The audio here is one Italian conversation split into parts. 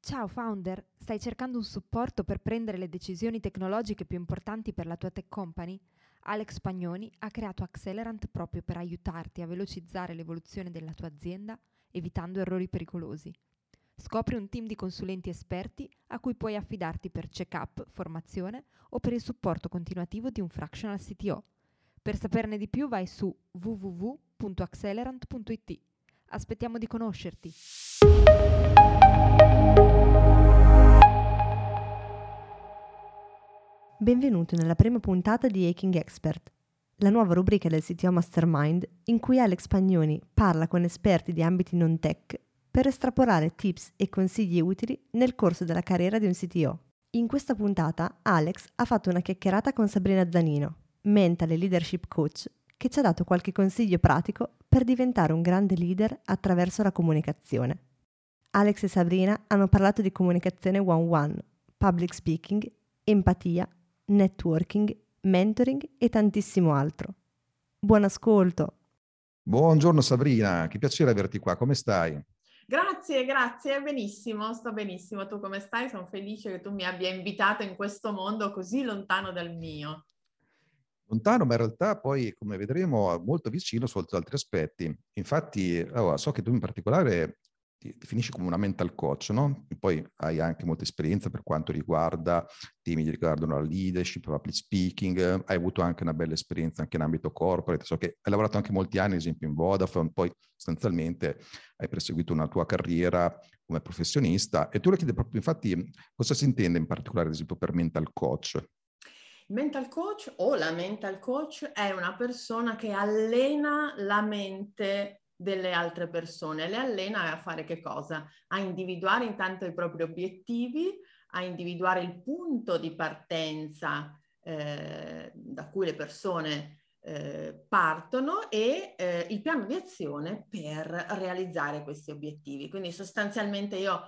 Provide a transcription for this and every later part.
Ciao founder, stai cercando un supporto per prendere le decisioni tecnologiche più importanti per la tua tech company? Alex Pagnoni ha creato Accelerant proprio per aiutarti a velocizzare l'evoluzione della tua azienda, evitando errori pericolosi. Scopri un team di consulenti esperti a cui puoi affidarti per check-up, formazione o per il supporto continuativo di un fractional CTO. Per saperne di più vai su www.accelerant.it. Aspettiamo di conoscerti! Benvenuto nella prima puntata di Hacking Expert, la nuova rubrica del CTO Mastermind in cui Alex Pagnoni parla con esperti di ambiti non tech per estrapolare tips e consigli utili nel corso della carriera di un CTO. In questa puntata Alex ha fatto una chiacchierata con Sabrina Zanino, mental e leadership coach, che ci ha dato qualche consiglio pratico per diventare un grande leader attraverso la comunicazione. Alex e Sabrina hanno parlato di comunicazione one-one, public speaking, empatia, networking, mentoring e tantissimo altro. Buon ascolto! Buongiorno Sabrina, che piacere averti qua, come stai? Grazie, benissimo, sto benissimo. Tu come stai? Sono felice che tu mi abbia invitato in questo mondo così lontano dal mio. Lontano, ma in realtà poi, come vedremo, molto vicino su altri aspetti. Infatti, so che tu in particolare ti definisci come una mental coach, no? E poi hai anche molta esperienza per quanto riguarda temi che riguardano la leadership, public speaking, hai avuto anche una bella esperienza anche in ambito corporate, so che hai lavorato anche molti anni, ad esempio in Vodafone, poi sostanzialmente hai proseguito una tua carriera come professionista e tu le chiedi proprio, infatti, cosa si intende in particolare, ad esempio, per mental coach? Il mental coach o la mental coach è una persona che allena la mente delle altre persone. Le allena a fare che cosa? A individuare intanto i propri obiettivi, a individuare il punto di partenza da cui le persone partono e il piano di azione per realizzare questi obiettivi. Quindi sostanzialmente io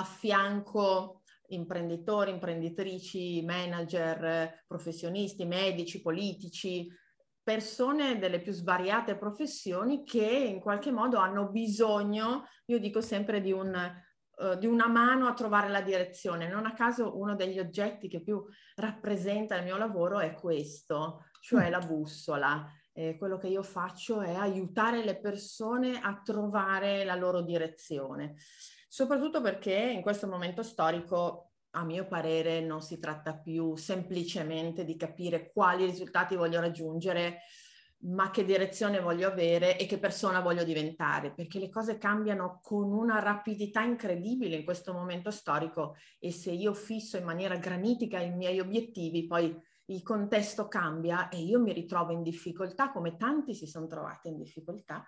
affianco imprenditori, imprenditrici, manager, professionisti, medici, politici, persone delle più svariate professioni che in qualche modo hanno bisogno, io dico sempre, di una mano a trovare la direzione. Non a caso uno degli oggetti che più rappresenta il mio lavoro è questo, cioè la bussola. Quello che io faccio è aiutare le persone a trovare la loro direzione. Soprattutto perché in questo momento storico, a mio parere, non si tratta più semplicemente di capire quali risultati voglio raggiungere, ma che direzione voglio avere e che persona voglio diventare, perché le cose cambiano con una rapidità incredibile in questo momento storico e se io fisso in maniera granitica i miei obiettivi, poi il contesto cambia e io mi ritrovo in difficoltà, come tanti si sono trovati in difficoltà,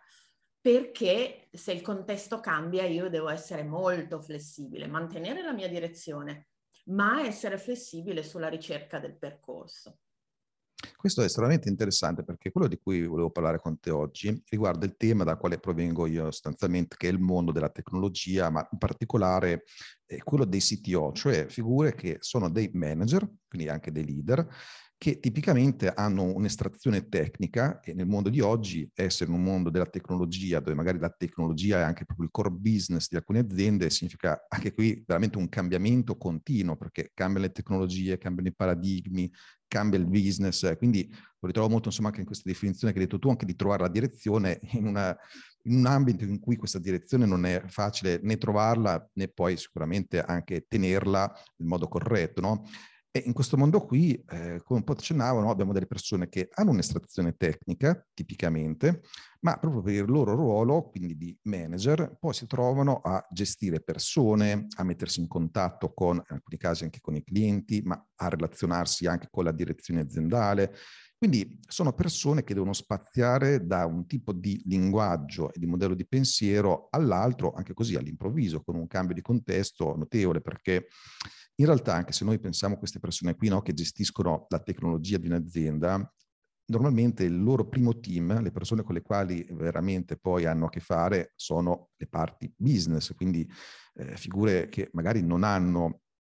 perché se il contesto cambia io devo essere molto flessibile, mantenere la mia direzione, ma essere flessibile sulla ricerca del percorso. Questo è estremamente interessante perché quello di cui volevo parlare con te oggi riguarda il tema da quale provengo io sostanzialmente, che è il mondo della tecnologia, ma in particolare quello dei CTO, cioè figure che sono dei manager, quindi anche dei leader, che tipicamente hanno un'estrazione tecnica e nel mondo di oggi, essere in un mondo della tecnologia, dove magari la tecnologia è anche proprio il core business di alcune aziende, significa anche qui veramente un cambiamento continuo, perché cambiano le tecnologie, cambiano i paradigmi, cambia il business, quindi lo ritrovo molto insomma anche in questa definizione che hai detto tu, anche di trovare la direzione in un ambito in cui questa direzione non è facile né trovarla né poi sicuramente anche tenerla in modo corretto, no? E in questo mondo qui, come un po' accennavo, no, abbiamo delle persone che hanno un'estrazione tecnica, tipicamente, ma proprio per il loro ruolo, quindi di manager, poi si trovano a gestire persone, a mettersi in contatto con, in alcuni casi anche con i clienti, ma a relazionarsi anche con la direzione aziendale. Quindi sono persone che devono spaziare da un tipo di linguaggio e di modello di pensiero all'altro, anche così all'improvviso, con un cambio di contesto notevole, perché in realtà anche se noi pensiamo a queste persone qui, no, che gestiscono la tecnologia di un'azienda, normalmente il loro primo team, le persone con le quali veramente poi hanno a che fare, sono le parti business, quindi figure che magari non hanno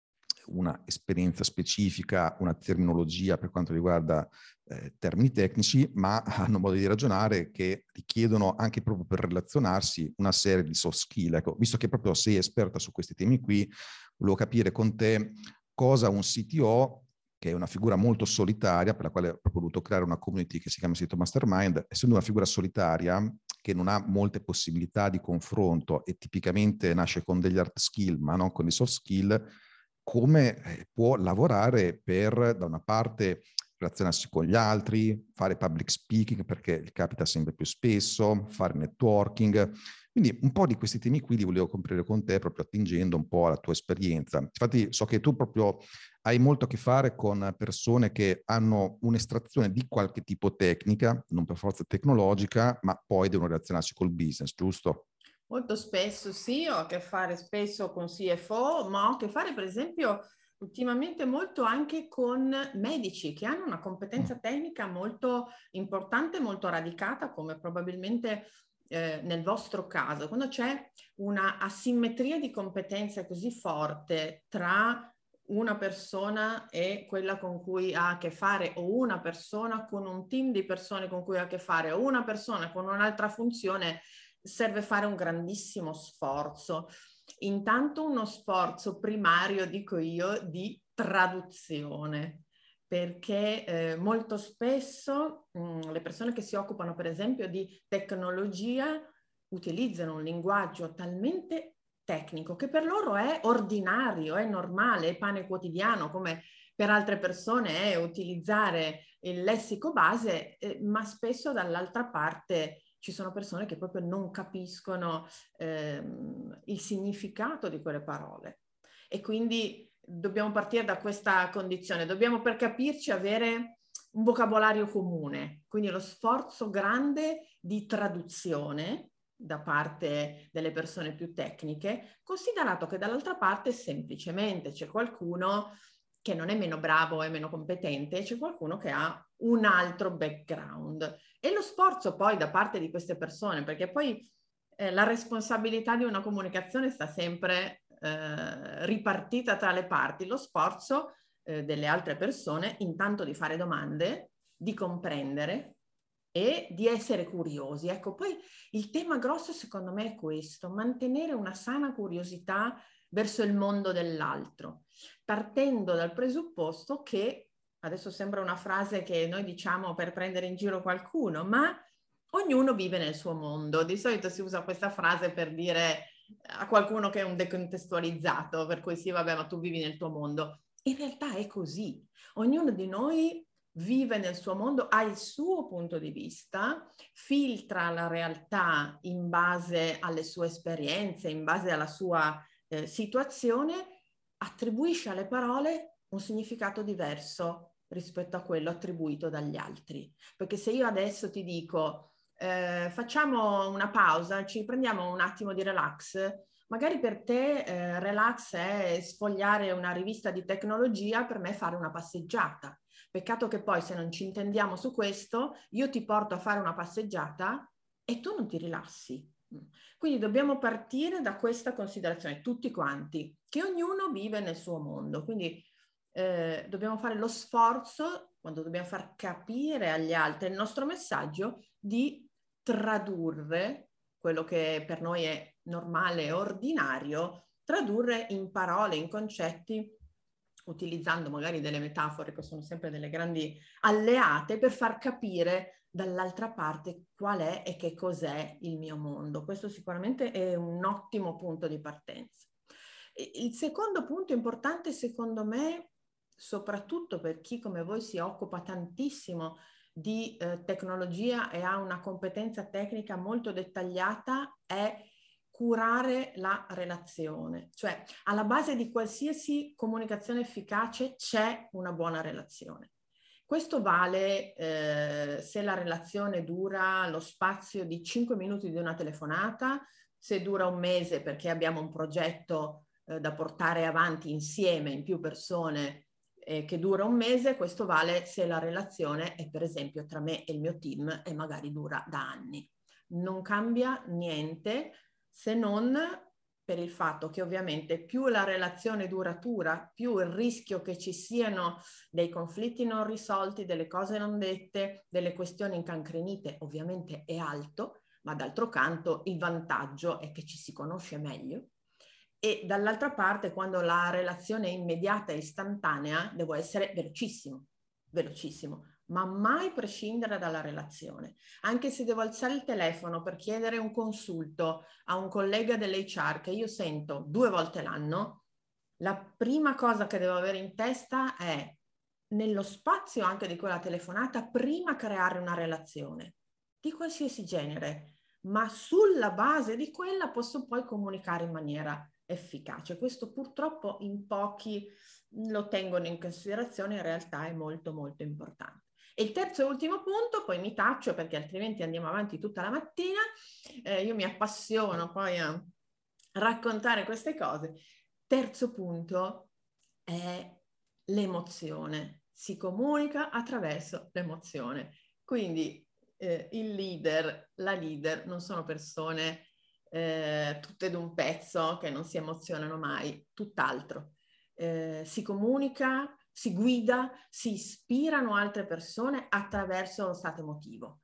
una esperienza specifica, una terminologia per quanto riguarda termini tecnici, ma hanno modo di ragionare che richiedono anche proprio per relazionarsi una serie di soft skill. Ecco, visto che proprio sei esperta su questi temi qui, volevo capire con te cosa un CTO, che è una figura molto solitaria, per la quale ho proprio voluto creare una community che si chiama CTO Mastermind, essendo una figura solitaria che non ha molte possibilità di confronto e tipicamente nasce con degli hard skill ma non con i soft skill, come può lavorare per, da una parte, relazionarsi con gli altri, fare public speaking perché gli capita sempre più spesso, fare networking. Quindi un po' di questi temi qui li volevo comprendere con te, proprio attingendo un po' alla tua esperienza. Infatti so che tu proprio hai molto a che fare con persone che hanno un'estrazione di qualche tipo tecnica, non per forza tecnologica, ma poi devono relazionarsi col business, giusto? Molto spesso sì, ho a che fare spesso con CFO, ma ho a che fare per esempio ultimamente molto anche con medici che hanno una competenza tecnica molto importante, molto radicata, come probabilmente nel vostro caso. Quando c'è una asimmetria di competenze così forte tra una persona e quella con cui ha a che fare, o una persona con un team di persone con cui ha a che fare, o una persona con un'altra funzione, serve fare un grandissimo sforzo. Intanto uno sforzo primario, dico io, di traduzione, perché molto spesso le persone che si occupano per esempio di tecnologia utilizzano un linguaggio talmente tecnico che per loro è ordinario, è normale, è pane quotidiano, come per altre persone è utilizzare il lessico base, ma spesso dall'altra parte ci sono persone che proprio non capiscono il significato di quelle parole. E quindi dobbiamo partire da questa condizione, dobbiamo per capirci avere un vocabolario comune, quindi lo sforzo grande di traduzione da parte delle persone più tecniche, considerato che dall'altra parte semplicemente c'è qualcuno che non è meno bravo e meno competente, c'è qualcuno che ha un altro background. E lo sforzo poi da parte di queste persone, perché poi la responsabilità di una comunicazione sta sempre ripartita tra le parti, lo sforzo delle altre persone intanto di fare domande, di comprendere e di essere curiosi. Ecco, poi il tema grosso secondo me è questo, mantenere una sana curiosità verso il mondo dell'altro, partendo dal presupposto che, adesso sembra una frase che noi diciamo per prendere in giro qualcuno, ma ognuno vive nel suo mondo. Di solito si usa questa frase per dire a qualcuno che è un decontestualizzato, per cui sì, vabbè, ma tu vivi nel tuo mondo. In realtà è così. Ognuno di noi vive nel suo mondo, ha il suo punto di vista, filtra la realtà in base alle sue esperienze, in base alla sua situazione, attribuisce alle parole un significato diverso rispetto a quello attribuito dagli altri. Perché se io adesso ti dico facciamo una pausa, ci prendiamo un attimo di relax, magari per te relax è sfogliare una rivista di tecnologia, per me fare una passeggiata. Peccato che poi se non ci intendiamo su questo, io ti porto a fare una passeggiata e tu non ti rilassi. Quindi dobbiamo partire da questa considerazione, tutti quanti, che ognuno vive nel suo mondo. Quindi dobbiamo fare lo sforzo, quando dobbiamo far capire agli altri il nostro messaggio, di tradurre quello che per noi è normale e ordinario, tradurre in parole, in concetti, utilizzando magari delle metafore che sono sempre delle grandi alleate per far capire dall'altra parte qual è e che cos'è il mio mondo. Questo sicuramente è un ottimo punto di partenza. Il secondo punto importante, secondo me, soprattutto per chi come voi si occupa tantissimo di tecnologia e ha una competenza tecnica molto dettagliata, è curare la relazione. Cioè, alla base di qualsiasi comunicazione efficace c'è una buona relazione. Questo vale se la relazione dura lo spazio di 5 minuti di una telefonata, se dura un mese perché abbiamo un progetto da portare avanti insieme in più persone che dura un mese, questo vale se la relazione è per esempio tra me e il mio team e magari dura da anni. Non cambia niente se non per il fatto che ovviamente più la relazione dura, più il rischio che ci siano dei conflitti non risolti, delle cose non dette, delle questioni incancrenite ovviamente è alto, ma d'altro canto il vantaggio è che ci si conosce meglio. E dall'altra parte, quando la relazione è immediata e istantanea, devo essere velocissimo, ma mai prescindere dalla relazione. Anche se devo alzare il telefono per chiedere un consulto a un collega dell'HR che io sento 2 volte l'anno, la prima cosa che devo avere in testa è, nello spazio anche di quella telefonata, prima creare una relazione di qualsiasi genere, ma sulla base di quella posso poi comunicare in maniera efficace. Questo purtroppo in pochi lo tengono in considerazione, in realtà è molto molto importante. E il terzo e ultimo punto, poi mi taccio perché altrimenti andiamo avanti tutta la mattina, io mi appassiono poi a raccontare queste cose. Terzo punto è l'emozione, si comunica attraverso l'emozione. Quindi il leader, la leader non sono persone tutte d'un pezzo che non si emozionano mai, tutt'altro. Si comunica, si guida, si ispirano altre persone attraverso lo stato emotivo,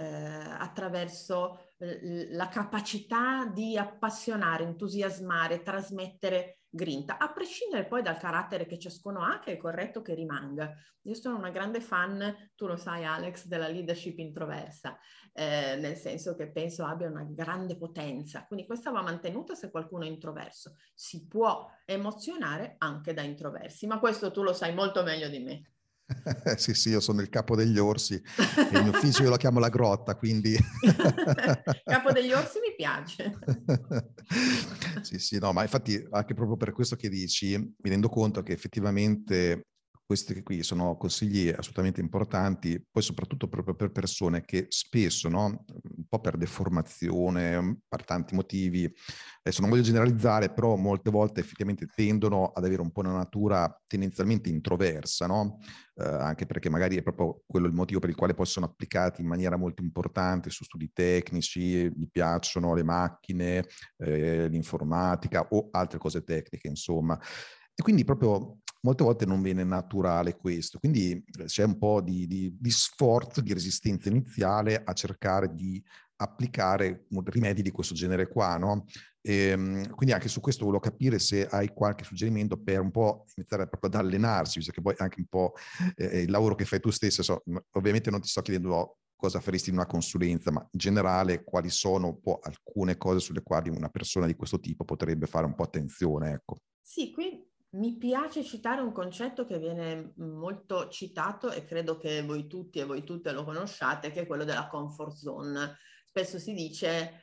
attraverso la capacità di appassionare, entusiasmare, trasmettere grinta, a prescindere poi dal carattere che ciascuno ha, che è corretto che rimanga. Io sono una grande fan, tu lo sai Alex, della leadership introversa, nel senso che penso abbia una grande potenza, quindi questa va mantenuta se qualcuno è introverso. Si può emozionare anche da introversi, ma questo tu lo sai molto meglio di me. Sì, io sono il capo degli orsi e il mio ufficio io lo chiamo la grotta, quindi... Capo degli orsi mi piace. Sì, no, ma infatti anche proprio per questo che dici, mi rendo conto che effettivamente questi qui sono consigli assolutamente importanti, poi soprattutto proprio per persone che spesso, no, un po' per deformazione, per tanti motivi, adesso non voglio generalizzare, però molte volte effettivamente tendono ad avere un po' una natura tendenzialmente introversa, no? Anche perché magari è proprio quello il motivo per il quale poi sono applicati in maniera molto importante su studi tecnici, gli piacciono le macchine, l'informatica o altre cose tecniche, insomma. E quindi proprio molte volte non viene naturale questo, quindi c'è un po' di sforzo, di resistenza iniziale a cercare di applicare rimedi di questo genere qua, no? Quindi anche su questo volevo capire se hai qualche suggerimento per un po' iniziare proprio ad allenarsi, visto che poi anche un po' il lavoro che fai tu stesso, ovviamente non ti sto chiedendo cosa faresti in una consulenza, ma in generale quali sono un po' alcune cose sulle quali una persona di questo tipo potrebbe fare un po' attenzione, ecco. Sì, qui mi piace citare un concetto che viene molto citato e credo che voi tutti e voi tutte lo conosciate, che è quello della comfort zone. Spesso si dice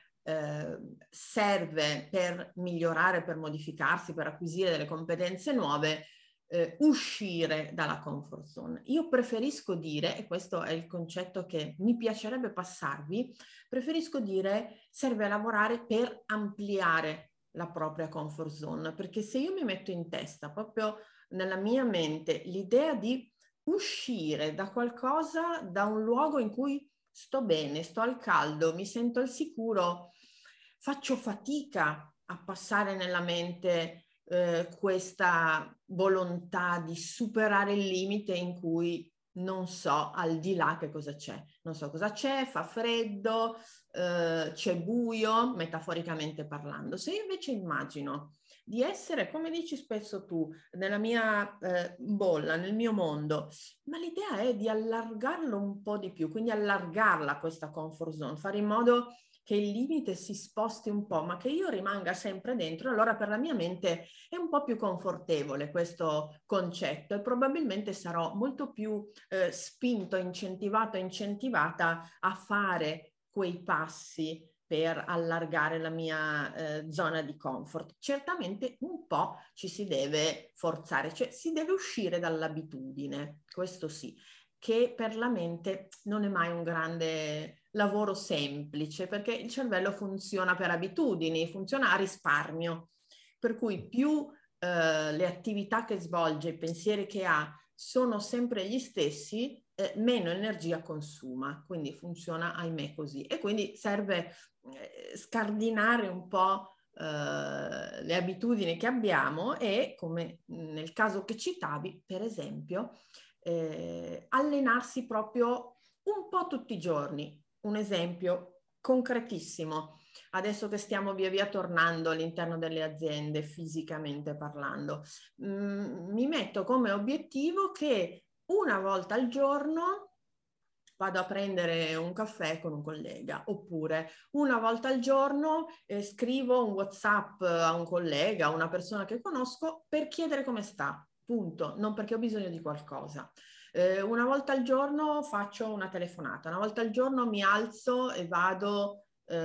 serve per migliorare, per modificarsi, per acquisire delle competenze nuove, uscire dalla comfort zone. Io preferisco dire, e questo è il concetto che mi piacerebbe passarvi, preferisco dire serve a lavorare per ampliare la propria comfort zone, perché se io mi metto in testa, proprio nella mia mente, l'idea di uscire da qualcosa, da un luogo in cui sto bene, sto al caldo, mi sento al sicuro, faccio fatica a passare nella mente questa volontà di superare il limite in cui non so al di là che cosa c'è. Non so cosa c'è, fa freddo, c'è buio, metaforicamente parlando. Se io invece immagino di essere, come dici spesso tu, nella mia bolla, nel mio mondo, ma l'idea è di allargarlo un po' di più, quindi allargarla questa comfort zone, fare in modo che il limite si sposti un po', ma che io rimanga sempre dentro, allora per la mia mente è un po' più confortevole questo concetto e probabilmente sarò molto più spinto, incentivato, incentivata a fare quei passi per allargare la mia zona di comfort. Certamente un po' ci si deve forzare, cioè si deve uscire dall'abitudine, questo sì, che per la mente non è mai un grande lavoro semplice, perché il cervello funziona per abitudini, funziona a risparmio, per cui più le attività che svolge, i pensieri che ha sono sempre gli stessi, meno energia consuma, quindi funziona ahimè così. E quindi serve scardinare un po' le abitudini che abbiamo e, come nel caso che citavi, per esempio, allenarsi proprio un po' tutti i giorni. Un esempio concretissimo, adesso che stiamo via via tornando all'interno delle aziende, fisicamente parlando, mi metto come obiettivo che una volta al giorno vado a prendere un caffè con un collega, oppure una volta al giorno scrivo un WhatsApp a un collega, a una persona che conosco per chiedere come sta, punto, non perché ho bisogno di qualcosa. Una volta al giorno faccio una telefonata, una volta al giorno mi alzo e vado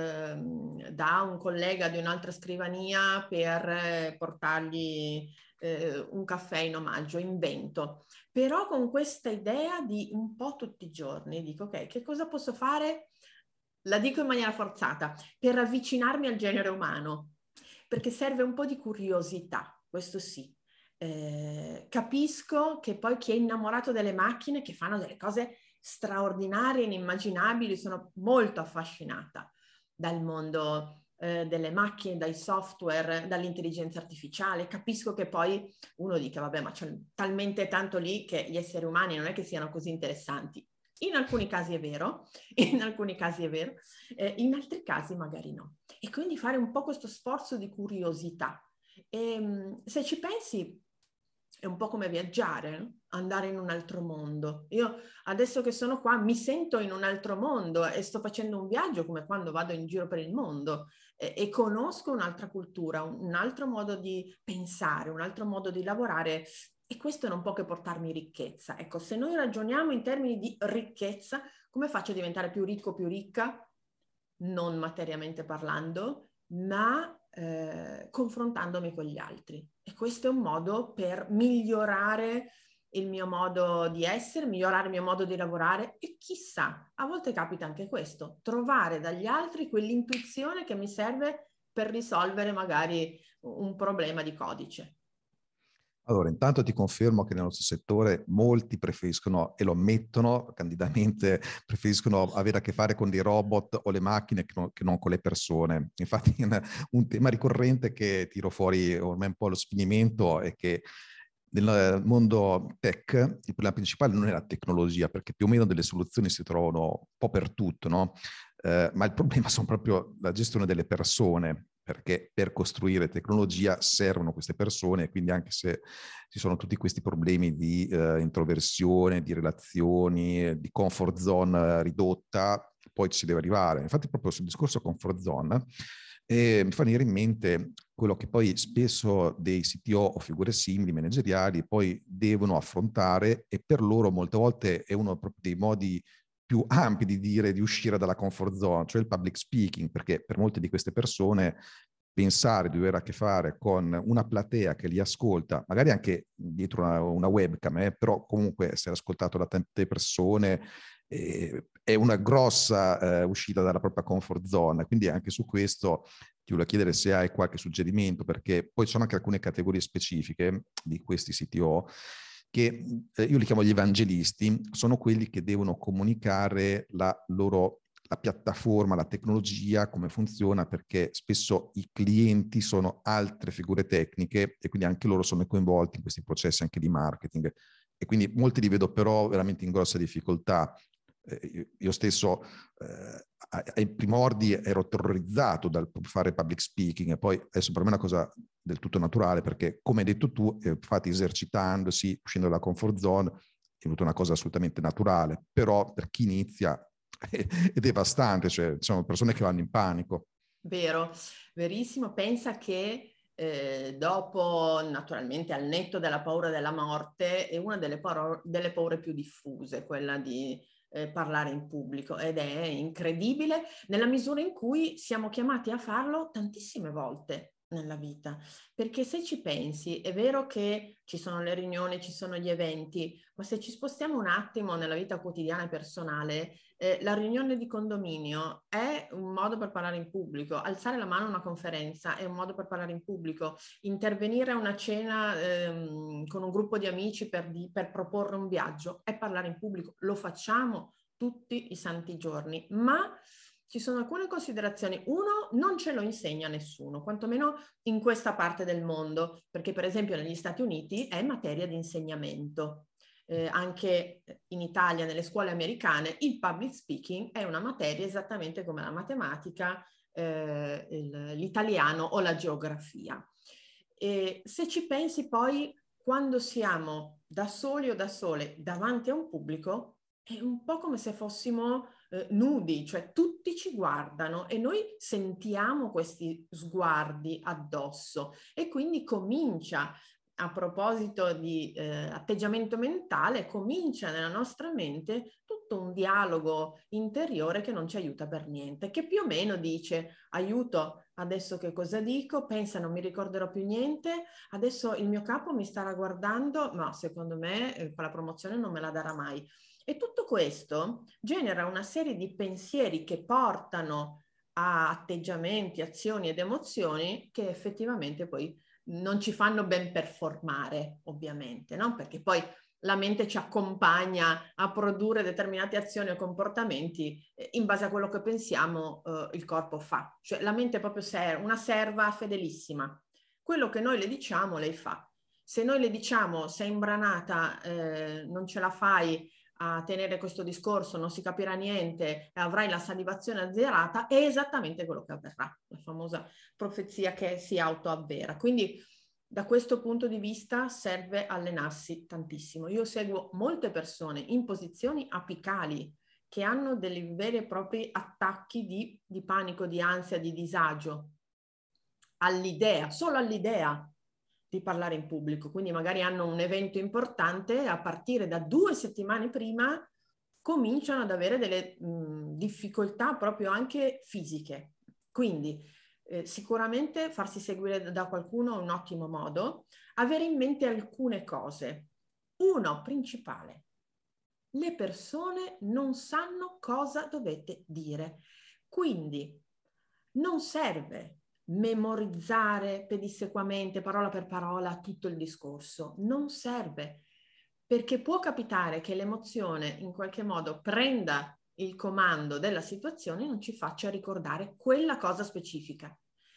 da un collega di un'altra scrivania per portargli un caffè in omaggio, invento. Però con questa idea di un po' tutti i giorni, dico ok, che cosa posso fare? La dico in maniera forzata, per avvicinarmi al genere umano, perché serve un po' di curiosità, questo sì. Capisco che poi chi è innamorato delle macchine, che fanno delle cose straordinarie, inimmaginabili, sono molto affascinata dal mondo delle macchine, dai software, dall'intelligenza artificiale. Capisco che poi uno dica, vabbè, ma c'è talmente tanto lì che gli esseri umani non è che siano così interessanti. In alcuni casi è vero, in alcuni casi è vero, in altri casi magari no. E quindi fare un po' questo sforzo di curiosità. Se ci pensi, è un po' come viaggiare, no? Andare in un altro mondo. Io adesso che sono qua mi sento in un altro mondo e sto facendo un viaggio come quando vado in giro per il mondo e conosco un'altra cultura, un altro modo di pensare, un altro modo di lavorare, e questo non può che portarmi ricchezza. Ecco, se noi ragioniamo in termini di ricchezza, come faccio a diventare più ricco, più ricca? Non materialmente parlando, ma confrontandomi con gli altri. E questo è un modo per migliorare il mio modo di essere, migliorare il mio modo di lavorare e chissà, a volte capita anche questo, trovare dagli altri quell'intuizione che mi serve per risolvere magari un problema di codice. Allora, intanto ti confermo che nel nostro settore molti preferiscono, e lo ammettono candidamente, preferiscono avere a che fare con dei robot o le macchine che non con le persone. Infatti un tema ricorrente che tiro fuori ormai un po' lo sfinimento è che nel mondo tech il problema principale non è la tecnologia, perché più o meno delle soluzioni si trovano un po' per tutto, no? Ma il problema sono proprio la gestione delle persone, perché per costruire tecnologia servono queste persone, e quindi anche se ci sono tutti questi problemi di introversione, di relazioni, di comfort zone ridotta, poi ci si deve arrivare. Infatti proprio sul discorso comfort zone mi fa venire in mente quello che poi spesso dei CTO o figure simili, manageriali, poi devono affrontare, e per loro molte volte è uno proprio dei modi più ampi di dire di uscire dalla comfort zone, cioè il public speaking, perché per molte di queste persone pensare di avere a che fare con una platea che li ascolta, magari anche dietro una webcam, però comunque essere ascoltato da tante persone è una grossa uscita dalla propria comfort zone. Quindi anche su questo ti voglio chiedere se hai qualche suggerimento, perché poi ci sono anche alcune categorie specifiche di questi CTO che io li chiamo gli evangelisti, sono quelli che devono comunicare la piattaforma, la tecnologia, come funziona, perché spesso i clienti sono altre figure tecniche e quindi anche loro sono coinvolti in questi processi anche di marketing. E quindi molti li vedo però veramente in grossa difficoltà. Io stesso ai primordi ero terrorizzato dal fare public speaking, e poi adesso per me è una cosa del tutto naturale, perché come hai detto tu, infatti esercitandosi, uscendo dalla comfort zone, è venuta una cosa assolutamente naturale, però per chi inizia è devastante, cioè sono persone che vanno in panico. Vero, verissimo. Pensa che dopo, naturalmente, al netto della paura della morte, è una delle paure più diffuse, quella di parlare in pubblico, ed è incredibile nella misura in cui siamo chiamati a farlo tantissime volte nella vita, perché se ci pensi è vero che ci sono le riunioni, ci sono gli eventi, ma se ci spostiamo un attimo nella vita quotidiana e personale, la riunione di condominio è un modo per parlare in pubblico, alzare la mano a una conferenza è un modo per parlare in pubblico, intervenire a una cena con un gruppo di amici per proporre un viaggio è parlare in pubblico, lo facciamo tutti i santi giorni, ma ci sono alcune considerazioni. Uno, non ce lo insegna nessuno, quantomeno in questa parte del mondo, perché per esempio negli Stati Uniti è materia di insegnamento. Anche in Italia, nelle scuole americane, il public speaking è una materia esattamente come la matematica, l'italiano o la geografia. E se ci pensi poi, quando siamo da soli o da sole davanti a un pubblico, è un po' come se fossimo nudi, cioè tutti ci guardano e noi sentiamo questi sguardi addosso e quindi comincia, a proposito di atteggiamento mentale, comincia nella nostra mente tutto un dialogo interiore che non ci aiuta per niente, che più o meno dice: aiuto, adesso che cosa dico? Pensa, non mi ricorderò più niente, adesso il mio capo mi starà guardando, ma secondo me quella promozione non me la darà mai. E tutto questo genera una serie di pensieri che portano a atteggiamenti, azioni ed emozioni che effettivamente poi non ci fanno ben performare, ovviamente, no? Perché poi la mente ci accompagna a produrre determinate azioni o comportamenti in base a quello che pensiamo il corpo fa. Cioè la mente è proprio una serva fedelissima. Quello che noi le diciamo, lei fa. Se noi le diciamo sei imbranata, non ce la fai a tenere questo discorso, non si capirà niente, avrai la salivazione azzerata, è esattamente quello che avverrà, la famosa profezia che si autoavvera. Quindi da questo punto di vista serve allenarsi tantissimo. Io seguo molte persone in posizioni apicali che hanno dei veri e propri attacchi di panico, di ansia, di disagio, all'idea, solo all'idea di parlare in pubblico. Quindi magari hanno un evento importante, a partire da 2 settimane prima cominciano ad avere delle difficoltà proprio anche fisiche. Quindi sicuramente farsi seguire da qualcuno è un ottimo modo. Avere in mente alcune cose. Uno, principale: le persone non sanno cosa dovete dire. Quindi non serve memorizzare pedissequamente, parola per parola, tutto il discorso. Non serve, perché può capitare che l'emozione in qualche modo prenda il comando della situazione e non ci faccia ricordare quella cosa specifica.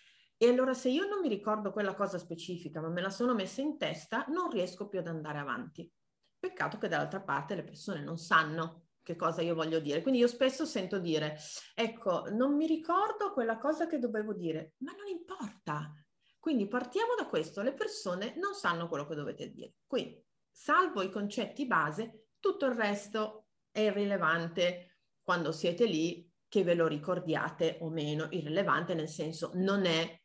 E allora se io non mi ricordo quella cosa specifica, ma me la sono messa in testa, non riesco più ad andare avanti. Peccato che dall'altra parte le persone non sanno che cosa io voglio dire. Quindi io spesso sento dire: ecco, non mi ricordo quella cosa che dovevo dire, ma non importa. Quindi partiamo da questo: le persone non sanno quello che dovete dire. Quindi, salvo i concetti base, tutto il resto è irrilevante quando siete lì, che ve lo ricordiate o meno. Irrilevante nel senso, non è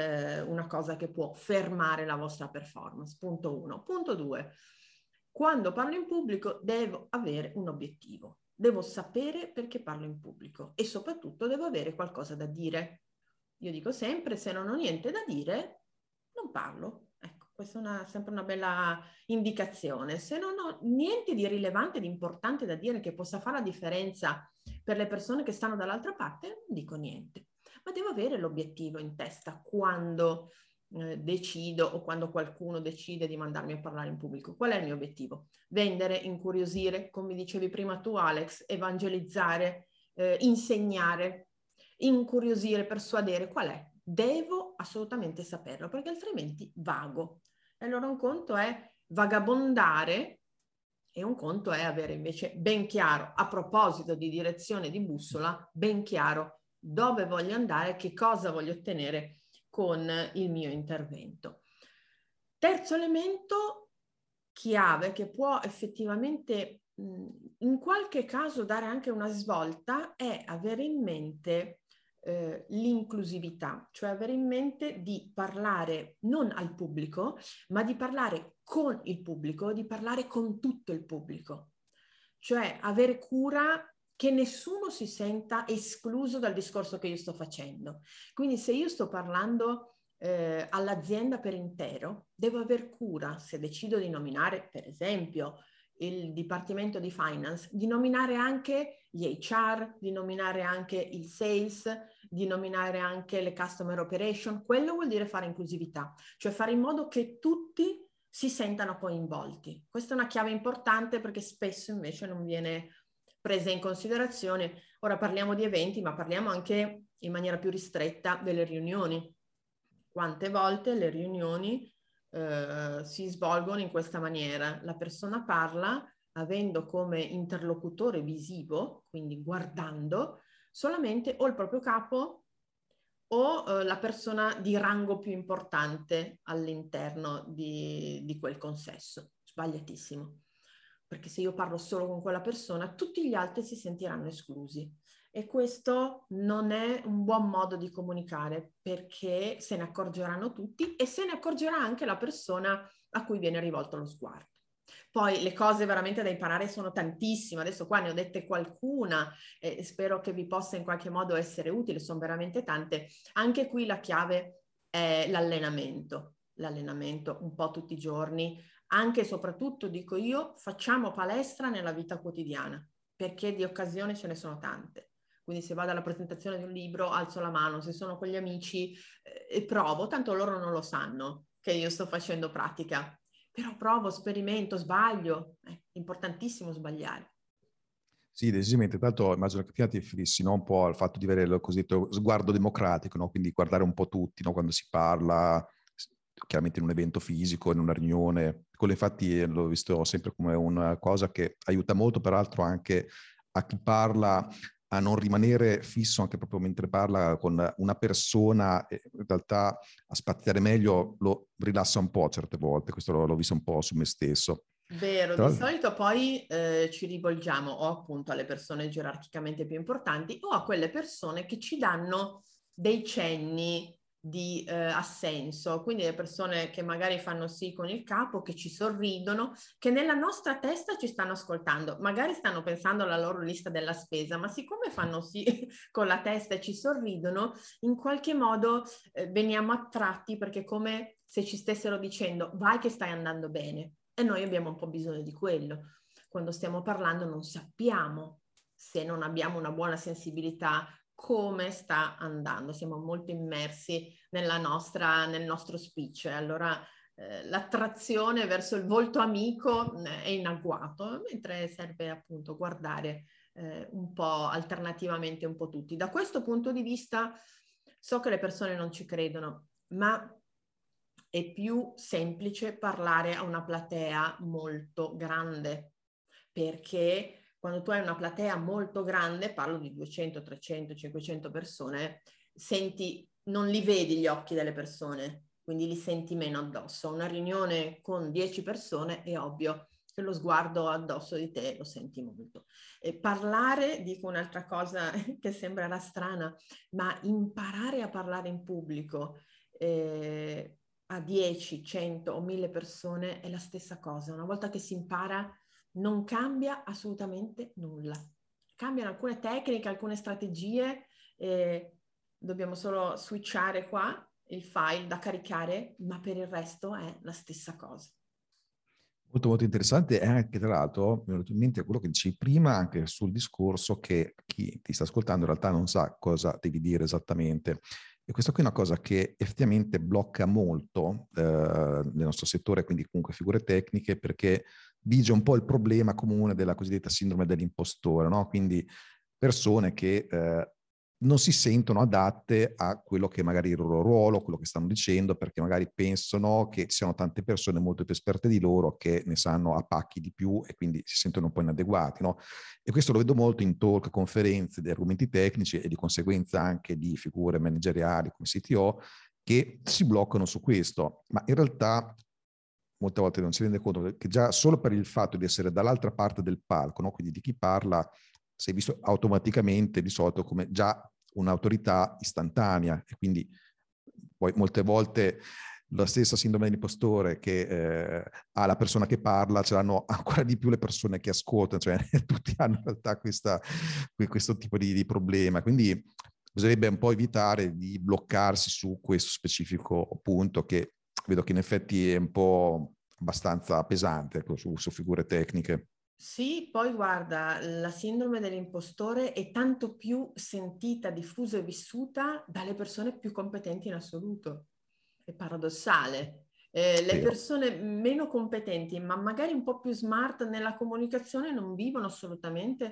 una cosa che può fermare la vostra performance. Punto 1. Punto 2. Quando parlo in pubblico devo avere un obiettivo, devo sapere perché parlo in pubblico e soprattutto devo avere qualcosa da dire. Io dico sempre: se non ho niente da dire, non parlo. Ecco, questa è sempre una bella indicazione. Se non ho niente di rilevante, di importante da dire che possa fare la differenza per le persone che stanno dall'altra parte, non dico niente. Ma devo avere l'obiettivo in testa quando decido o quando qualcuno decide di mandarmi a parlare in pubblico. Qual è il mio obiettivo? Vendere, incuriosire, come dicevi prima tu Alex, evangelizzare, insegnare, incuriosire, persuadere. Qual è? Devo assolutamente saperlo, perché altrimenti vago. E allora un conto è vagabondare e un conto è avere invece ben chiaro, a proposito di direzione di bussola, ben chiaro dove voglio andare, che cosa voglio ottenere con il mio intervento. Terzo elemento chiave che può effettivamente in qualche caso dare anche una svolta è avere in mente l'inclusività, cioè avere in mente di parlare non al pubblico, ma di parlare con il pubblico, di parlare con tutto il pubblico, cioè avere cura che nessuno si senta escluso dal discorso che io sto facendo. Quindi se io sto parlando all'azienda per intero, devo aver cura, se decido di nominare per esempio il Dipartimento di Finance, di nominare anche gli HR, di nominare anche il Sales, di nominare anche le Customer Operation. Quello vuol dire fare inclusività, cioè fare in modo che tutti si sentano coinvolti. Questa è una chiave importante perché spesso invece non viene prese in considerazione. Ora parliamo di eventi, ma parliamo anche in maniera più ristretta delle riunioni. Quante volte le riunioni si svolgono in questa maniera? La persona parla avendo come interlocutore visivo, quindi guardando, solamente o il proprio capo o la persona di rango più importante all'interno di quel consesso. Sbagliatissimo. Perché se io parlo solo con quella persona, tutti gli altri si sentiranno esclusi. E questo non è un buon modo di comunicare, perché se ne accorgeranno tutti e se ne accorgerà anche la persona a cui viene rivolto lo sguardo. Poi le cose veramente da imparare sono tantissime, adesso qua ne ho dette qualcuna e spero che vi possa in qualche modo essere utile, sono veramente tante. Anche qui la chiave è l'allenamento un po' tutti i giorni, anche e soprattutto, dico io, facciamo palestra nella vita quotidiana, perché di occasioni ce ne sono tante. Quindi se vado alla presentazione di un libro, alzo la mano, se sono con gli amici e provo, tanto loro non lo sanno che io sto facendo pratica. Però provo, sperimento, sbaglio. È importantissimo sbagliare. Sì, decisamente. Tanto immagino che prima ti riferissi, no, un po' al fatto di avere il cosiddetto sguardo democratico, no? Quindi guardare un po' tutti, no? Quando si parla, chiaramente in un evento fisico, in una riunione. Quello infatti l'ho visto sempre come una cosa che aiuta molto, peraltro anche a chi parla a non rimanere fisso anche proprio mentre parla con una persona, e in realtà a spaziare meglio lo rilassa un po' certe volte. Questo l'ho visto un po' su me stesso. Vero, Tra di l'altro, solito poi ci rivolgiamo o appunto alle persone gerarchicamente più importanti o a quelle persone che ci danno dei cenni di assenso, quindi le persone che magari fanno sì con il capo, che ci sorridono, che nella nostra testa ci stanno ascoltando, magari stanno pensando alla loro lista della spesa, ma siccome fanno sì con la testa e ci sorridono, in qualche modo veniamo attratti, perché è come se ci stessero dicendo vai che stai andando bene. E noi abbiamo un po' bisogno di quello. Quando stiamo parlando non sappiamo, se non abbiamo una buona sensibilità, come sta andando. Siamo molto immersi nel nostro speech. Allora l'attrazione verso il volto amico è in agguato, mentre serve appunto guardare un po' alternativamente un po' tutti. Da questo punto di vista so che le persone non ci credono, ma è più semplice parlare a una platea molto grande, perché quando tu hai una platea molto grande, parlo di 200, 300, 500 persone, non li vedi gli occhi delle persone, quindi li senti meno addosso. Una riunione con 10 persone è ovvio che lo sguardo addosso di te lo senti molto. E parlare, dico un'altra cosa che sembrerà strana, ma imparare a parlare in pubblico a 10, 100 o 1000 persone è la stessa cosa. Una volta che si impara non cambia assolutamente nulla. Cambiano alcune tecniche, alcune strategie, dobbiamo solo switchare qua il file da caricare, ma per il resto è la stessa cosa. molto molto interessante, e anche tra l'altro mi è venuto in mente quello che dicevi prima anche sul discorso che chi ti sta ascoltando in realtà non sa cosa devi dire esattamente. E questa qui è una cosa che effettivamente blocca molto nel nostro settore, quindi comunque figure tecniche, perché vige un po' il problema comune della cosiddetta sindrome dell'impostore, no? Quindi persone che non si sentono adatte a quello che magari è il loro ruolo, quello che stanno dicendo, perché magari pensano che ci siano tante persone molto più esperte di loro che ne sanno a pacchi di più e quindi si sentono un po' inadeguati, no? E questo lo vedo molto in talk, conferenze di argomenti tecnici e di conseguenza anche di figure manageriali come CTO che si bloccano su questo, ma in realtà molte volte non si rende conto che già solo per il fatto di essere dall'altra parte del palco, no? Quindi di chi parla, sei visto automaticamente di solito come già un'autorità istantanea e quindi poi molte volte la stessa sindrome dell'impostore che ha la persona che parla, ce l'hanno ancora di più le persone che ascoltano, cioè tutti hanno in realtà questo tipo di problema. Quindi bisognerebbe un po' evitare di bloccarsi su questo specifico punto che vedo che in effetti è un po' abbastanza pesante su figure tecniche. Sì, poi guarda, la sindrome dell'impostore è tanto più sentita, diffusa e vissuta dalle persone più competenti in assoluto. È paradossale. Le Vero. persone meno competenti, ma magari un po' più smart nella comunicazione, non vivono assolutamente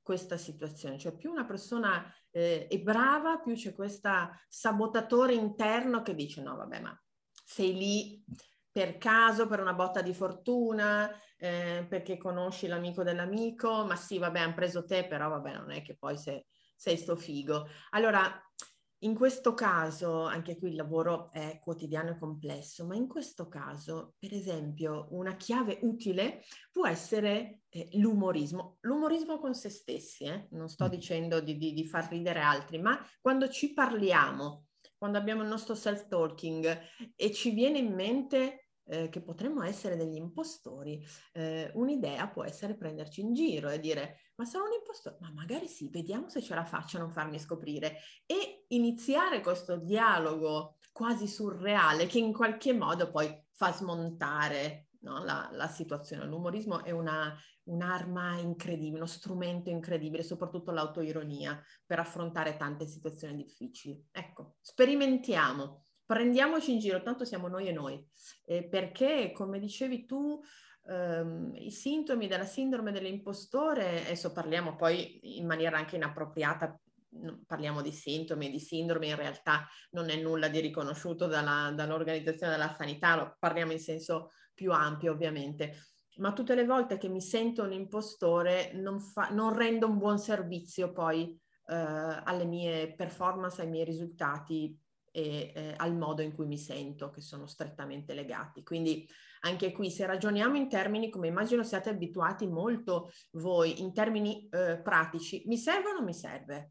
questa situazione, cioè più una persona è brava, più c'è questo sabotatore interno che dice no vabbè, ma sei lì per caso, per una botta di fortuna, perché conosci l'amico dell'amico, ma sì vabbè hanno preso te, però vabbè non è che poi sei sto figo. Allora in questo caso, anche qui il lavoro è quotidiano e complesso, ma in questo caso, per esempio, una chiave utile può essere l'umorismo. L'umorismo con se stessi, non sto dicendo di far ridere altri, ma quando ci parliamo, quando abbiamo il nostro self-talking e ci viene in mente che potremmo essere degli impostori, un'idea può essere prenderci in giro e dire ma sono un impostore, ma magari sì, vediamo se ce la faccio a non farmi scoprire e iniziare questo dialogo quasi surreale che in qualche modo poi fa smontare, no, la situazione. L'umorismo è un'arma incredibile, uno strumento incredibile, soprattutto l'autoironia per affrontare tante situazioni difficili. Ecco, sperimentiamo. Prendiamoci in giro, tanto siamo noi e noi, perché come dicevi tu, i sintomi della sindrome dell'impostore, adesso parliamo poi in maniera anche inappropriata, parliamo di sintomi, di sindrome, in realtà non è nulla di riconosciuto dall'Organizzazione della Sanità, parliamo in senso più ampio ovviamente, ma tutte le volte che mi sento un impostore non rendo un buon servizio poi alle mie performance, ai miei risultati e al modo in cui mi sento, che sono strettamente legati. Quindi anche qui, se ragioniamo in termini, come immagino siate abituati molto voi, in termini pratici, mi serve o non mi serve?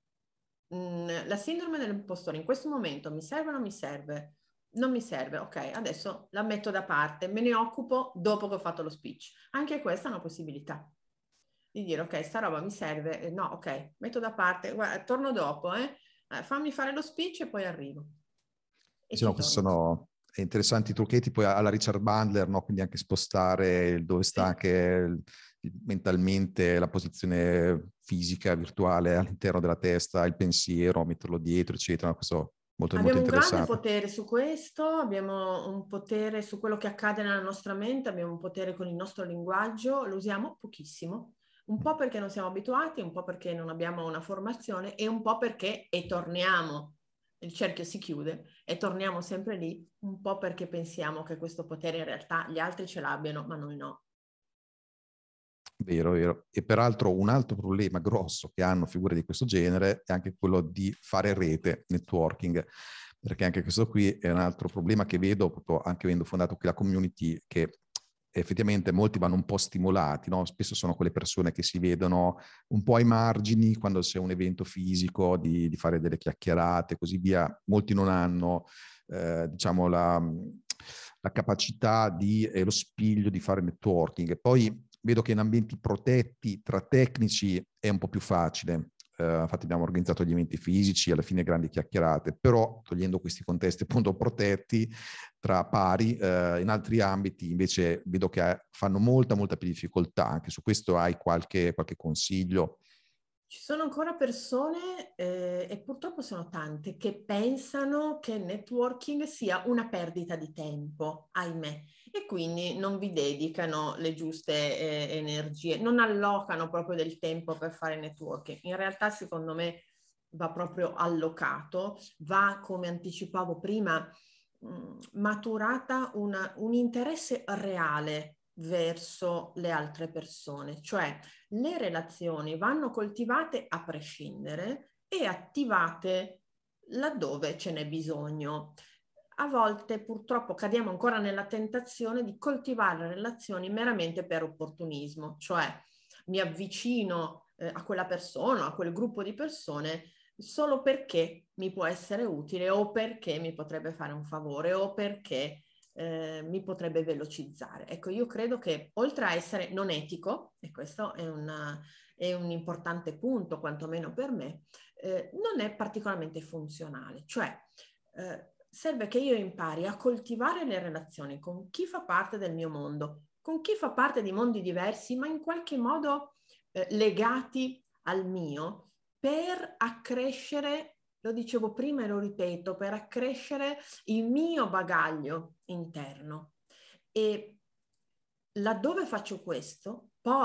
La sindrome dell'impostore in questo momento mi serve o non mi serve? Non mi serve, ok, adesso la metto da parte, me ne occupo dopo che ho fatto lo speech. Anche questa è una possibilità di dire ok, sta roba mi serve, no, ok, metto da parte, guarda, torno dopo, fammi fare lo speech e poi arrivo. E sì, no, ci questi torno. sono interessanti trucchetti, poi alla Richard Bandler, no? Quindi anche spostare dove sta anche mentalmente la posizione fisica, virtuale all'interno della testa, il pensiero, metterlo dietro, eccetera. Questo molto, molto Abbiamo un grande interessante. potere su questo, abbiamo un potere su quello che accade nella nostra mente, abbiamo un potere con il nostro linguaggio, lo usiamo pochissimo, un po' perché non siamo abituati, un po' perché non abbiamo una formazione e un po' perché, e torniamo, il cerchio si chiude e torniamo sempre lì, un po' perché pensiamo che questo potere in realtà gli altri ce l'abbiano, ma noi no. Vero, vero. E peraltro un altro problema grosso che hanno figure di questo genere è anche quello di fare rete, networking, perché anche questo qui è un altro problema che vedo, proprio anche avendo fondato qui la community, che effettivamente molti vanno un po' stimolati, no? Spesso sono quelle persone che si vedono un po' ai margini quando c'è un evento fisico, di fare delle chiacchierate e così via. Molti non hanno, diciamo, la capacità e lo spiglio di fare networking. Poi vedo che in ambienti protetti tra tecnici è un po' più facile. Infatti abbiamo organizzato gli eventi fisici, alla fine grandi chiacchierate, però togliendo questi contesti appunto protetti tra pari, in altri ambiti invece vedo che fanno molta più difficoltà. Anche su questo hai qualche consiglio? Ci sono ancora persone, e purtroppo sono tante, che pensano che il networking sia una perdita di tempo, ahimè, e quindi non vi dedicano le giuste energie, non allocano proprio del tempo per fare networking. In realtà, secondo me, va proprio allocato, va, come anticipavo prima, maturata un interesse reale verso le altre persone, cioè le relazioni vanno coltivate a prescindere e attivate laddove ce n'è bisogno. A volte purtroppo cadiamo ancora nella tentazione di coltivare relazioni meramente per opportunismo, cioè mi avvicino a quella persona, a quel gruppo di persone solo perché mi può essere utile o perché mi potrebbe fare un favore o perché mi potrebbe velocizzare. Ecco, io credo che oltre a essere non etico, e questo è un importante punto, quantomeno per me, non è particolarmente funzionale. Cioè, serve che io impari a coltivare le relazioni con chi fa parte del mio mondo, con chi fa parte di mondi diversi, ma in qualche modo legati al mio, per accrescere, lo dicevo prima e lo ripeto, per accrescere il mio bagaglio interno. E laddove faccio questo, poi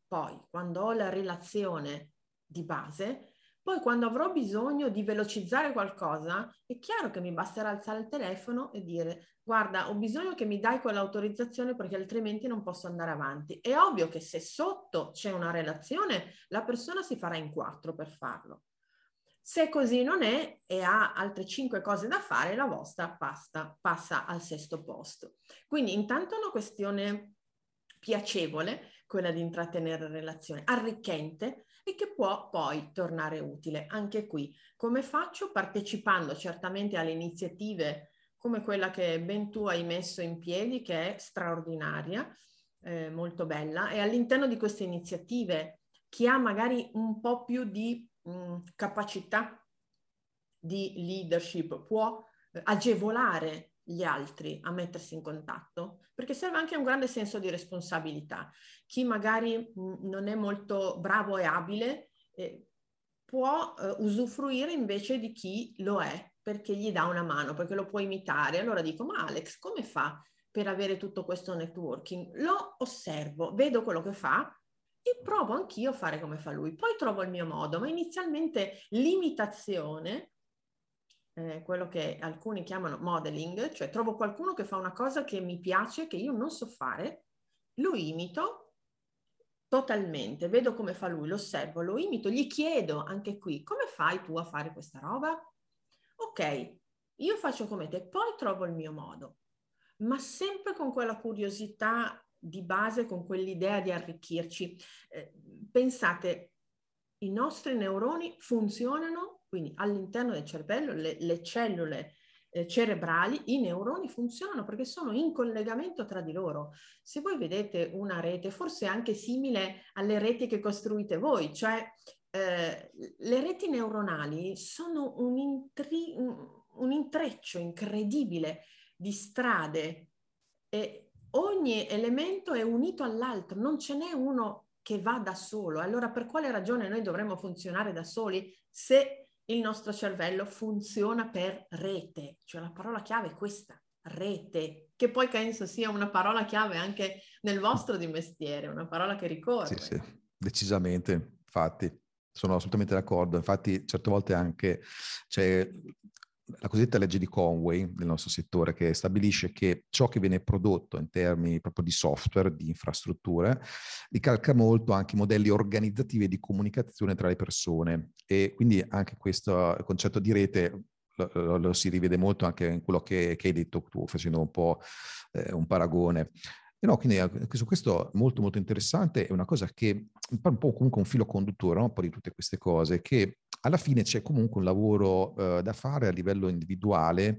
poi quando ho la relazione di base, poi quando avrò bisogno di velocizzare qualcosa, è chiaro che mi basterà alzare il telefono e dire: guarda, ho bisogno che mi dai quell'autorizzazione perché altrimenti non posso andare avanti. È ovvio che se sotto c'è una relazione, la persona si farà in 4 per farlo. Se così non è e ha altre 5 cose da fare, la vostra passa al 6° posto. Quindi intanto è una questione piacevole, quella di intrattenere relazione, arricchente e che può poi tornare utile. Anche qui, come faccio? Partecipando certamente alle iniziative come quella che ben tu hai messo in piedi, che è straordinaria, molto bella, e all'interno di queste iniziative chi ha magari un po' più di capacità di leadership può agevolare gli altri a mettersi in contatto, perché serve anche un grande senso di responsabilità. Chi magari non è molto bravo e abile può usufruire invece di chi lo è, perché gli dà una mano, perché lo può imitare. Allora dico: ma Alex come fa per avere tutto questo networking? Lo osservo, vedo quello che fa e provo anch'io a fare come fa lui. Poi trovo il mio modo, ma inizialmente l'imitazione, quello che alcuni chiamano modeling, cioè trovo qualcuno che fa una cosa che mi piace, che io non so fare, lo imito totalmente, vedo come fa lui, lo osservo, lo imito, gli chiedo anche qui: come fai tu a fare questa roba? Ok, io faccio come te, poi trovo il mio modo, ma sempre con quella curiosità di base, con quell'idea di arricchirci. Pensate, i nostri neuroni funzionano, quindi all'interno del cervello, le cellule cerebrali, i neuroni funzionano perché sono in collegamento tra di loro. Se voi vedete una rete, forse anche simile alle reti che costruite voi, cioè le reti neuronali sono un intreccio incredibile di strade e ogni elemento è unito all'altro, non ce n'è uno che va da solo. Allora per quale ragione noi dovremmo funzionare da soli se il nostro cervello funziona per rete? Cioè la parola chiave è questa, rete, che poi penso sia una parola chiave anche nel vostro di mestiere, una parola che ricorre. Sì, decisamente, infatti, sono assolutamente d'accordo. Infatti, certe volte anche c'è la cosiddetta legge di Conway nel nostro settore, che stabilisce che ciò che viene prodotto in termini proprio di software, di infrastrutture, ricalca molto anche i modelli organizzativi e di comunicazione tra le persone. E quindi anche questo concetto di rete lo si rivede molto anche in quello che hai detto tu, facendo un po' un paragone. E no, quindi su questo molto molto interessante, è una cosa che un po' comunque un filo conduttore, no? Un po' di tutte queste cose, che alla fine c'è comunque un lavoro da fare a livello individuale,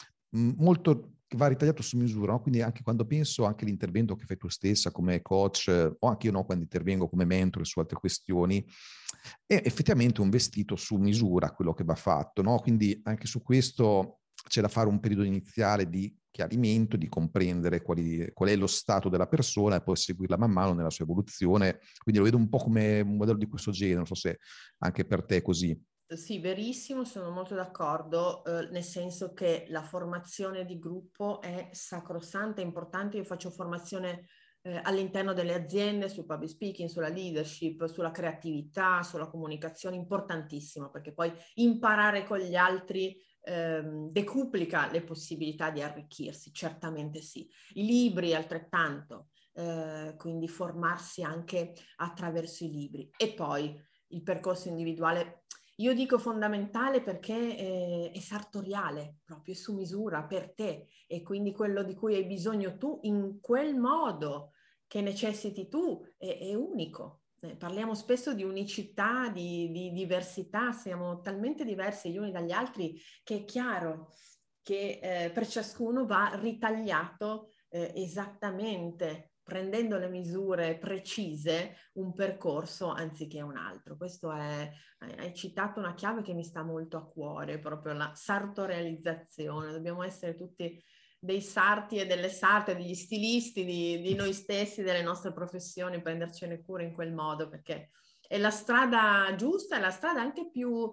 molto che va ritagliato su misura, no? Quindi anche quando penso anche all'intervento che fai tu stessa come coach, o anche io, no, quando intervengo come mentore su altre questioni, è effettivamente un vestito su misura quello che va fatto, no? Quindi anche su questo c'è da fare un periodo iniziale di chiarimento, di comprendere qual è lo stato della persona e poi seguirla man mano nella sua evoluzione. Quindi lo vedo un po' come un modello di questo genere, non so se anche per te è così. Sì, verissimo, sono molto d'accordo, nel senso che la formazione di gruppo è sacrosanta, è importante. Io faccio formazione all'interno delle aziende sul public speaking, sulla leadership, sulla creatività, sulla comunicazione, importantissimo, perché poi imparare con gli altri decuplica le possibilità di arricchirsi, certamente sì. I libri altrettanto, quindi formarsi anche attraverso i libri. E poi il percorso individuale, io dico fondamentale perché è sartoriale, proprio su misura per te, e quindi quello di cui hai bisogno tu in quel modo che necessiti tu è unico. Parliamo spesso di unicità, di diversità, siamo talmente diversi gli uni dagli altri che è chiaro che per ciascuno va ritagliato esattamente, prendendo le misure precise, un percorso anziché un altro. Questo hai citato una chiave che mi sta molto a cuore, proprio la sartorializzazione. Dobbiamo essere tutti dei sarti e delle sarte, degli stilisti di noi stessi, delle nostre professioni, prendercene cura in quel modo, perché è la strada giusta, è la strada anche più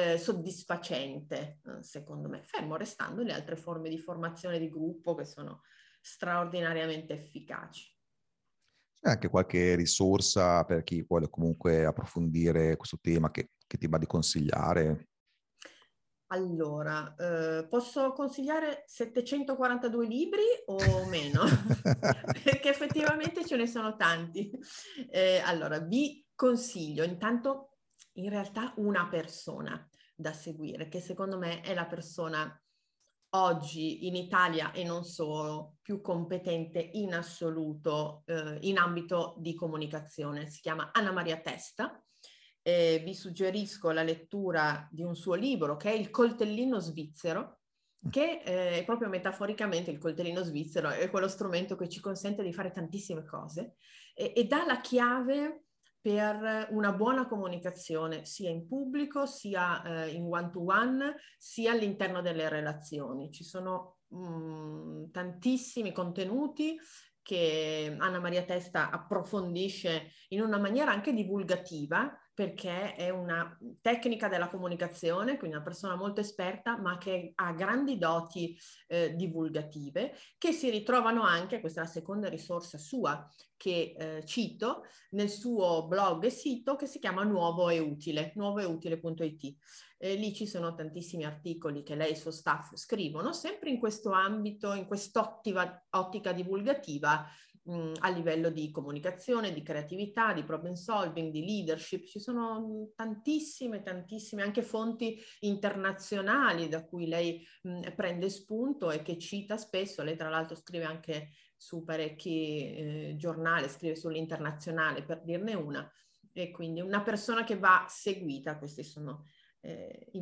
soddisfacente, secondo me, fermo restando le altre forme di formazione di gruppo che sono straordinariamente efficaci. C'è anche qualche risorsa per chi vuole comunque approfondire questo tema che ti va di consigliare? Allora, posso consigliare 742 libri o meno? Perché effettivamente ce ne sono tanti. Allora, vi consiglio intanto in realtà una persona da seguire, che secondo me è la persona oggi in Italia e non solo più competente in assoluto in ambito di comunicazione. Si chiama Anna Maria Testa. Vi suggerisco la lettura di un suo libro che è Il coltellino svizzero, che è proprio metaforicamente il coltellino svizzero, è quello strumento che ci consente di fare tantissime cose e dà la chiave per una buona comunicazione sia in pubblico, sia in one-to-one, sia all'interno delle relazioni. Ci sono tantissimi contenuti che Anna Maria Testa approfondisce in una maniera anche divulgativa, perché è una tecnica della comunicazione, quindi una persona molto esperta, ma che ha grandi doti divulgative, che si ritrovano anche, questa è la seconda risorsa sua che cito, nel suo blog e sito che si chiama Nuovo e Utile, nuovoeutile.it. Lì ci sono tantissimi articoli che lei e il suo staff scrivono, sempre in questo ambito, in quest'ottica divulgativa, a livello di comunicazione, di creatività, di problem solving, di leadership. Ci sono tantissime anche fonti internazionali da cui lei prende spunto e che cita spesso. Lei tra l'altro scrive anche su parecchi giornali, scrive sull'Internazionale per dirne una, e quindi una persona che va seguita. Questi sono i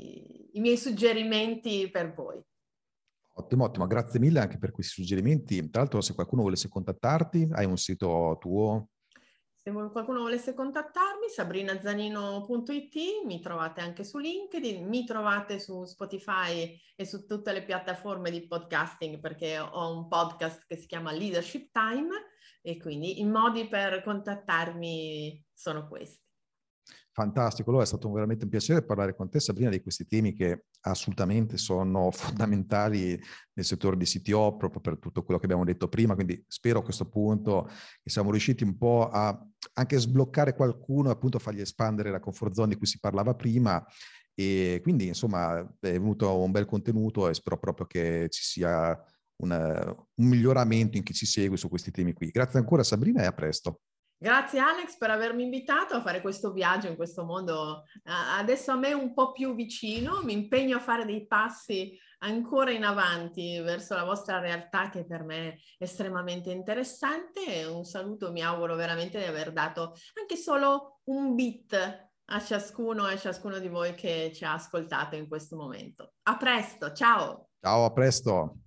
miei suggerimenti per voi. Ottimo, ottimo, grazie mille anche per questi suggerimenti. Tra l'altro, se qualcuno volesse contattarti, hai un sito tuo? Se qualcuno volesse contattarmi, sabrinazanino.it, mi trovate anche su LinkedIn, mi trovate su Spotify e su tutte le piattaforme di podcasting, perché ho un podcast che si chiama Leadership Time, e quindi i modi per contattarmi sono questi. Fantastico, allora è stato veramente un piacere parlare con te, Sabrina, di questi temi che assolutamente sono fondamentali nel settore di CTO, proprio per tutto quello che abbiamo detto prima, quindi spero a questo punto che siamo riusciti un po' a anche sbloccare qualcuno, appunto a fargli espandere la comfort zone di cui si parlava prima, e quindi insomma è venuto un bel contenuto e spero proprio che ci sia un miglioramento in chi ci segue su questi temi qui. Grazie ancora Sabrina e a presto. Grazie Alex per avermi invitato a fare questo viaggio in questo mondo adesso a me un po' più vicino. Mi impegno a fare dei passi ancora in avanti verso la vostra realtà, che per me è estremamente interessante, e un saluto, mi auguro veramente di aver dato anche solo un bit a ciascuno e a ciascuno di voi che ci ha ascoltato in questo momento. A presto, ciao! Ciao, a presto!